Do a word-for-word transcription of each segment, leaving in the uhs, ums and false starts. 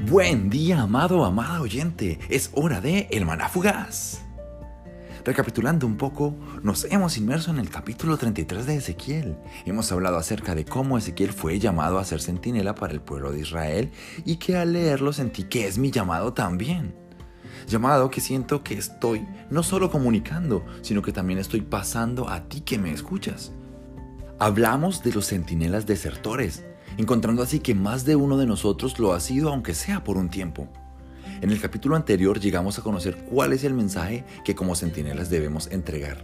Buen día, amado, amada oyente. Es hora de El Maná Fugaz. Recapitulando un poco, nos hemos inmerso en el capítulo treinta y tres de Ezequiel. Hemos hablado acerca de cómo Ezequiel fue llamado a ser centinela para el pueblo de Israel y que al leerlo sentí que es mi llamado también. Llamado que siento que estoy no solo comunicando, sino que también estoy pasando a ti que me escuchas. Hablamos de los centinelas desertores, encontrando así que más de uno de nosotros lo ha sido, aunque sea por un tiempo. En el capítulo anterior llegamos a conocer cuál es el mensaje que como centinelas debemos entregar.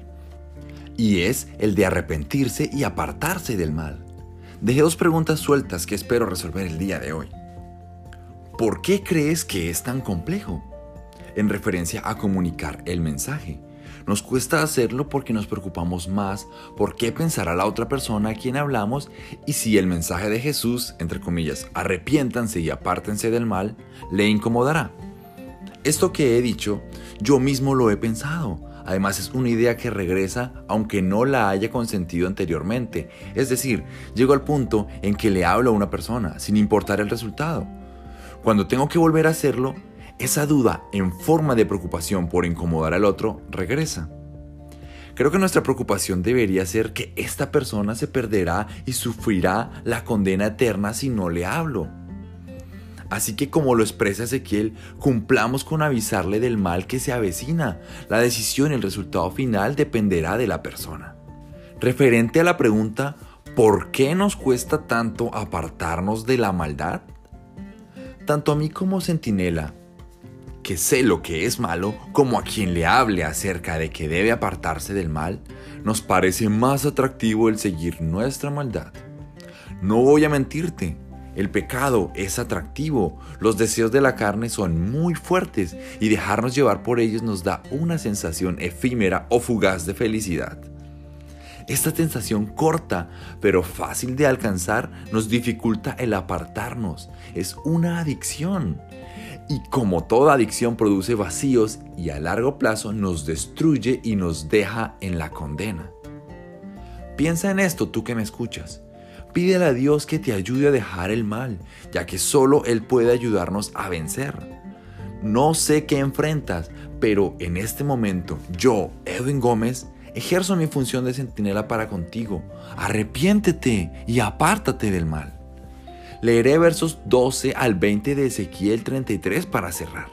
Y es el de arrepentirse y apartarse del mal. Dejé dos preguntas sueltas que espero resolver el día de hoy. ¿Por qué crees que es tan complejo? En referencia a comunicar el mensaje. Nos cuesta hacerlo porque nos preocupamos más por qué pensará la otra persona a quien hablamos y si el mensaje de Jesús, entre comillas, arrepiéntanse y apártense del mal, le incomodará. Esto que he dicho, yo mismo lo he pensado. Además es una idea que regresa aunque no la haya consentido anteriormente. Es decir, llego al punto en que le hablo a una persona sin importar el resultado. Cuando tengo que volver a hacerlo, esa duda en forma de preocupación por incomodar al otro regresa. Creo que nuestra preocupación debería ser que esta persona se perderá y sufrirá la condena eterna si no le hablo. Así que, como lo expresa Ezequiel, cumplamos con avisarle del mal que se avecina. La decisión y el resultado final dependerá de la persona. Referente a la pregunta, ¿por qué nos cuesta tanto apartarnos de la maldad? Tanto a mí como centinela, que sé lo que es malo, como a quien le hable acerca de que debe apartarse del mal, nos parece más atractivo el seguir nuestra maldad. No voy a mentirte, el pecado es atractivo, los deseos de la carne son muy fuertes y dejarnos llevar por ellos nos da una sensación efímera o fugaz de felicidad. Esta sensación corta, pero fácil de alcanzar, nos dificulta el apartarnos. Es una adicción. Y como toda adicción produce vacíos y a largo plazo nos destruye y nos deja en la condena. Piensa en esto, tú que me escuchas. Pídele a Dios que te ayude a dejar el mal, ya que solo Él puede ayudarnos a vencer. No sé qué enfrentas, pero en este momento yo, Edwin Gómez, ejerzo mi función de centinela para contigo. Arrepiéntete y apártate del mal. Leeré versos doce al veinte de Ezequiel treinta y tres para cerrar.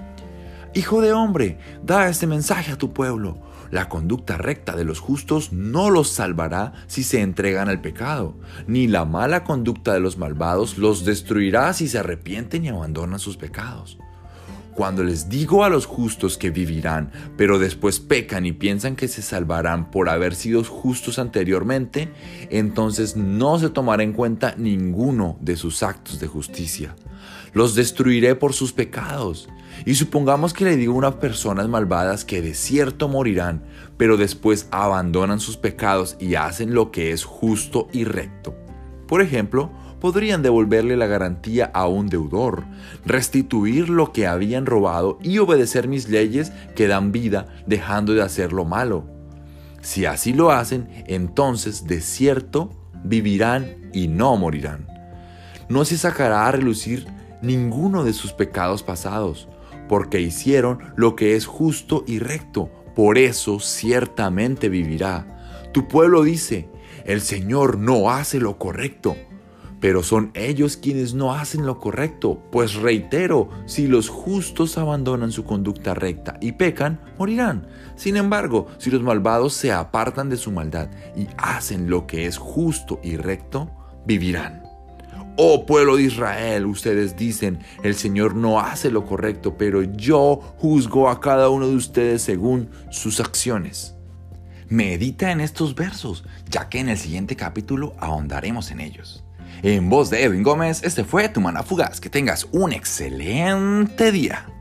Hijo de hombre, da este mensaje a tu pueblo. La conducta recta de los justos no los salvará si se entregan al pecado, ni la mala conducta de los malvados los destruirá si se arrepienten y abandonan sus pecados. Cuando les digo a los justos que vivirán, pero después pecan y piensan que se salvarán por haber sido justos anteriormente, entonces no se tomará en cuenta ninguno de sus actos de justicia. Los destruiré por sus pecados. Y supongamos que le digo a unas personas malvadas que de cierto morirán, pero después abandonan sus pecados y hacen lo que es justo y recto. Por ejemplo, podrían devolverle la garantía a un deudor, restituir lo que habían robado y obedecer mis leyes que dan vida dejando de hacer lo malo. Si así lo hacen, entonces de cierto vivirán y no morirán. No se sacará a relucir ninguno de sus pecados pasados, porque hicieron lo que es justo y recto, por eso ciertamente vivirá. Tu pueblo dice, el Señor no hace lo correcto. Pero son ellos quienes no hacen lo correcto, pues reitero, si los justos abandonan su conducta recta y pecan, morirán. Sin embargo, si los malvados se apartan de su maldad y hacen lo que es justo y recto, vivirán. Oh pueblo de Israel, ustedes dicen, el Señor no hace lo correcto, pero yo juzgo a cada uno de ustedes según sus acciones. Medita en estos versos, ya que en el siguiente capítulo ahondaremos en ellos. En voz de Edwin Gómez, este fue tu Maná Fugaz. Que tengas un excelente día.